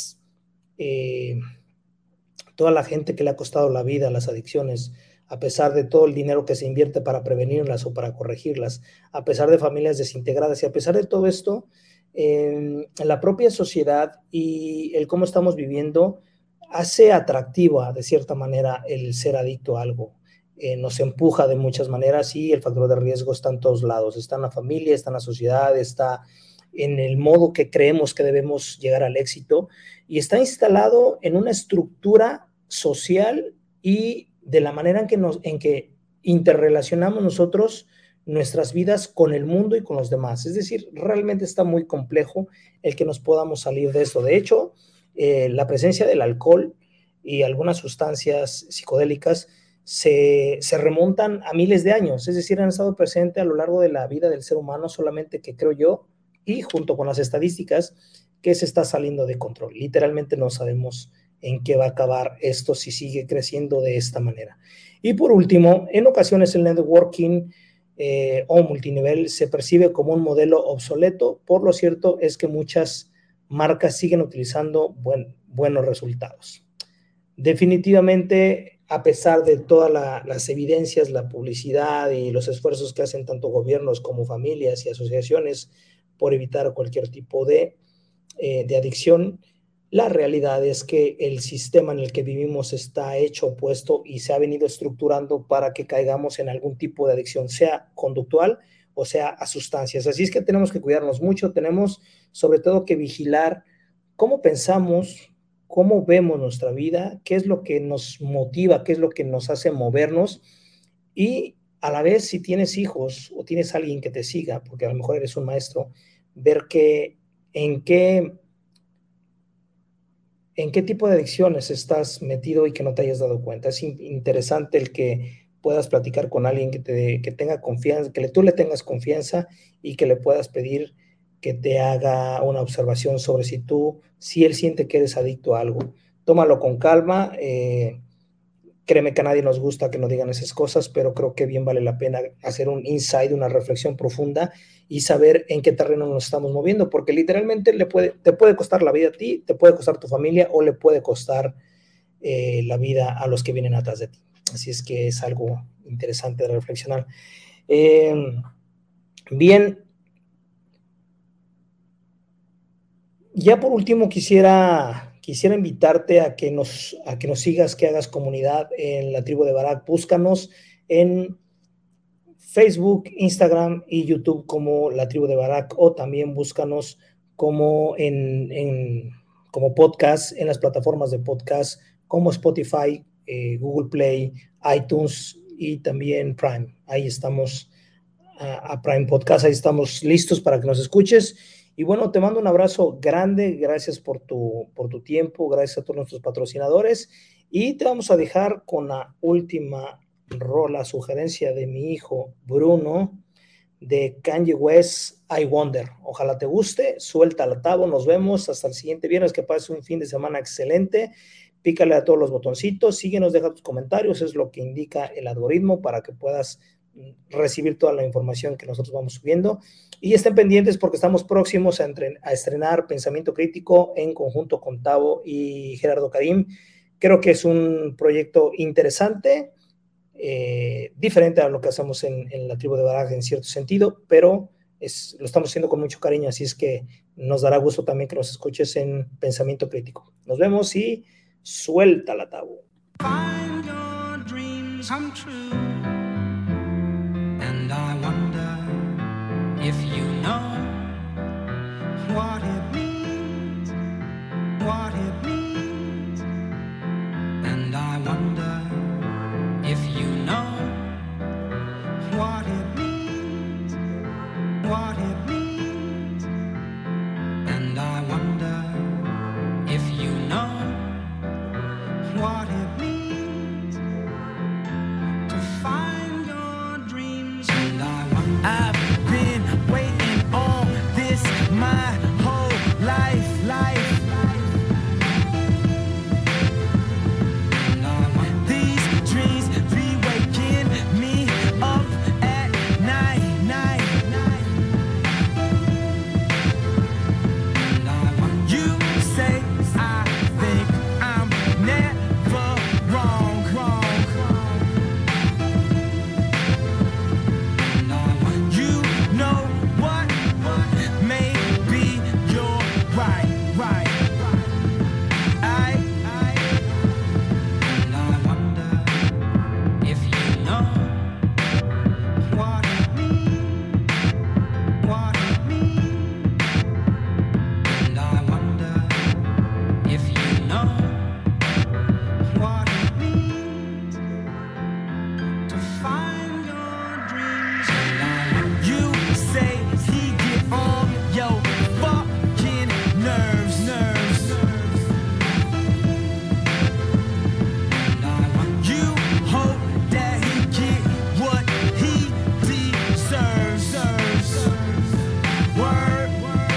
la gente que le ha costado la vida a las adicciones, a pesar de todo el dinero que se invierte para prevenirlas o para corregirlas, a pesar de familias desintegradas y a pesar de todo esto, la propia sociedad y el cómo estamos viviendo hace atractiva de cierta manera el ser adicto a algo. Nos empuja de muchas maneras y el factor de riesgo está en todos lados. Está en la familia, está en la sociedad, está en el modo que creemos que debemos llegar al éxito y está instalado en una estructura social y de la manera en que interrelacionamos nosotros nuestras vidas con el mundo y con los demás. Es decir, realmente está muy complejo el que nos podamos salir de esto. De hecho, la presencia del alcohol y algunas sustancias psicodélicas se remontan a miles de años, es decir, han estado presentes a lo largo de la vida del ser humano, solamente que creo yo, y junto con las estadísticas, que se está saliendo de control. Literalmente no sabemos en qué va a acabar esto si sigue creciendo de esta manera. Y por último, en ocasiones el networking o multinivel se percibe como un modelo obsoleto, por lo cierto es que muchas marcas siguen utilizando buenos resultados. Definitivamente, a pesar de todas las evidencias, la publicidad y los esfuerzos que hacen tanto gobiernos como familias y asociaciones por evitar cualquier tipo de adicción, la realidad es que el sistema en el que vivimos está hecho, puesto y se ha venido estructurando para que caigamos en algún tipo de adicción, sea conductual o sea a sustancias. Así es que tenemos que cuidarnos mucho, tenemos sobre todo que vigilar cómo pensamos, cómo vemos nuestra vida, qué es lo que nos motiva, qué es lo que nos hace movernos y a la vez si tienes hijos o tienes alguien que te siga, porque a lo mejor eres un maestro, ver en qué tipo de adicciones estás metido y que no te hayas dado cuenta. Es interesante el que puedas platicar con alguien que tenga confianza, que tú le tengas confianza y que le puedas pedir que te haga una observación sobre si él siente que eres adicto a algo. Tómalo con calma, Créeme que a nadie nos gusta que nos digan esas cosas, pero creo que bien vale la pena hacer un insight, una reflexión profunda y saber en qué terreno nos estamos moviendo, porque literalmente te puede costar la vida a ti, te puede costar tu familia o le puede costar la vida a los que vienen atrás de ti. Así es que es algo interesante de reflexionar. Bien, ya por último quisiera invitarte a que nos sigas, que hagas comunidad en la tribu de Barak. Búscanos en Facebook, Instagram y YouTube como la tribu de Barak, o también búscanos como como podcast en las plataformas de podcast como Spotify, Google Play, iTunes y también Prime. Ahí estamos, a Prime Podcast, ahí estamos listos para que nos escuches. Y bueno, te mando un abrazo grande, gracias por tu tiempo, gracias a todos nuestros patrocinadores, y te vamos a dejar con la última rola, sugerencia de mi hijo Bruno, de Kanye West, I Wonder. Ojalá te guste, suelta la tabo, nos vemos hasta el siguiente viernes, que pases un fin de semana excelente, pícale a todos los botoncitos, síguenos, deja tus comentarios, es lo que indica el algoritmo para que puedas recibir toda la información que nosotros vamos subiendo, y estén pendientes porque estamos próximos a estrenar Pensamiento Crítico en conjunto con Tavo y Gerardo Karim. Creo que es un proyecto interesante, diferente a lo que hacemos en la tribu de Barak en cierto sentido, pero lo estamos haciendo con mucho cariño, así es que nos dará gusto también que nos escuches en Pensamiento Crítico. Nos vemos y suelta la Tavo. Find your dreams come true. And I wonder if you know what it means, what it means. And I wonder if you know what it means, what it means. And I wonder if you know what it means to find your dreams. And I've been waiting on this my whole life. And these dreams be waking me up at night. And you say I think I'm never wrong. You know what? Maybe you're right. And I wonder if you know what it means, what it means. And I wonder if you know what it means to find your dreams. You say he get on your fucking nerves. You hope that he get what he deserves. Word.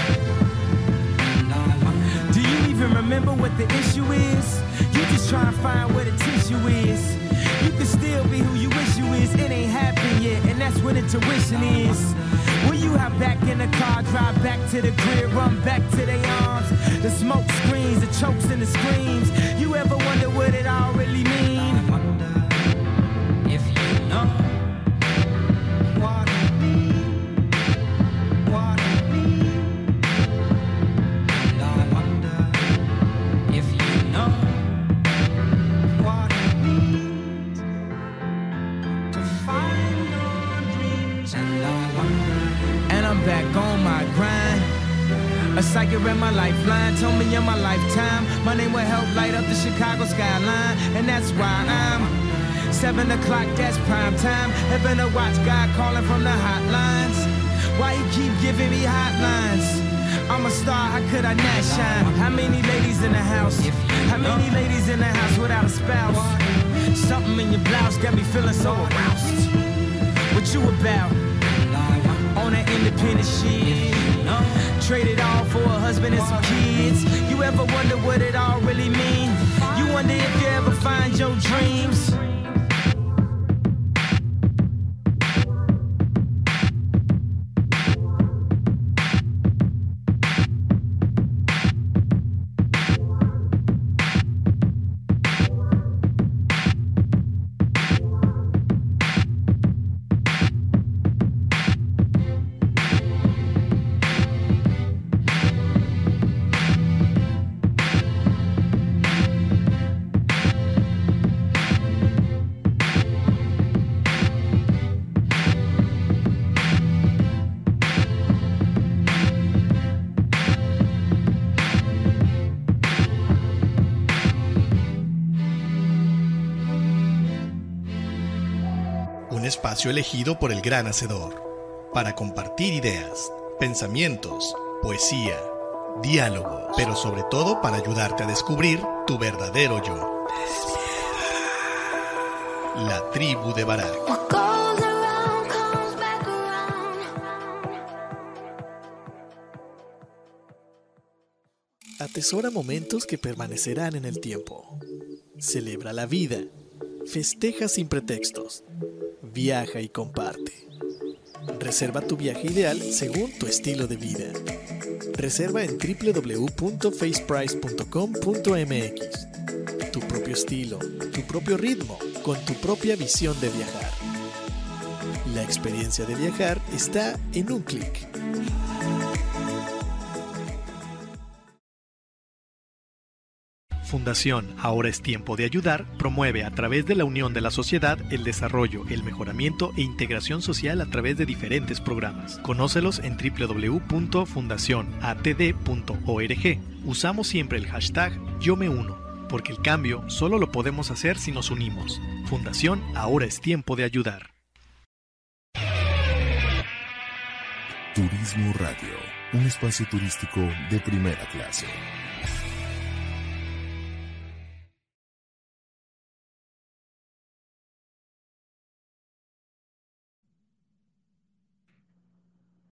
Do you even remember what the issue is? You just try to find where the tissue is. You can still be who you wish you is. It ain't happened yet, and that's what intuition is. When you hop back in the car, drive back to the crib, run back to their arms. The smoke screens, the chokes and the screams. You ever wonder what it all really mean? I wonder if you know what it means, what it means. And I wonder if you know what it means to find your dreams. And I wonder. And I'm back on my grind. A psychic read my lifeline, told me in my lifetime my name will help light up the Chicago skyline. And that's why I'm 7 o'clock, that's prime time. Heaven to watch God calling from the hotlines. Why he keep giving me hotlines? I'm a star, how could I not shine? How many ladies in the house? How many ladies in the house without a spouse? Something in your blouse got me feeling so aroused. What you about? On that independent shit. Traded all for a husband and some kids. You ever wonder what it all really means? You wonder if you ever find your dreams? un espacio elegido por el gran hacedor, para compartir ideas, pensamientos, poesía, diálogo, pero sobre todo para ayudarte a descubrir tu verdadero yo. La tribu de Barak. Atesora momentos que permanecerán en el tiempo. Celebra la vida. Festeja sin pretextos. Viaja y comparte. Reserva tu viaje ideal según tu estilo de vida. Reserva en www.faceprice.com.mx. Tu propio estilo, tu propio ritmo, con tu propia visión de viajar. La experiencia de viajar está en un clic. Fundación Ahora es Tiempo de Ayudar promueve a través de la unión de la sociedad el desarrollo, el mejoramiento e integración social a través de diferentes programas. Conócelos en www.fundacionatd.org. Usamos siempre el hashtag Yo Me Uno, porque el cambio solo lo podemos hacer si nos unimos. Fundación Ahora es Tiempo de Ayudar. Turismo Radio, un espacio turístico de primera clase.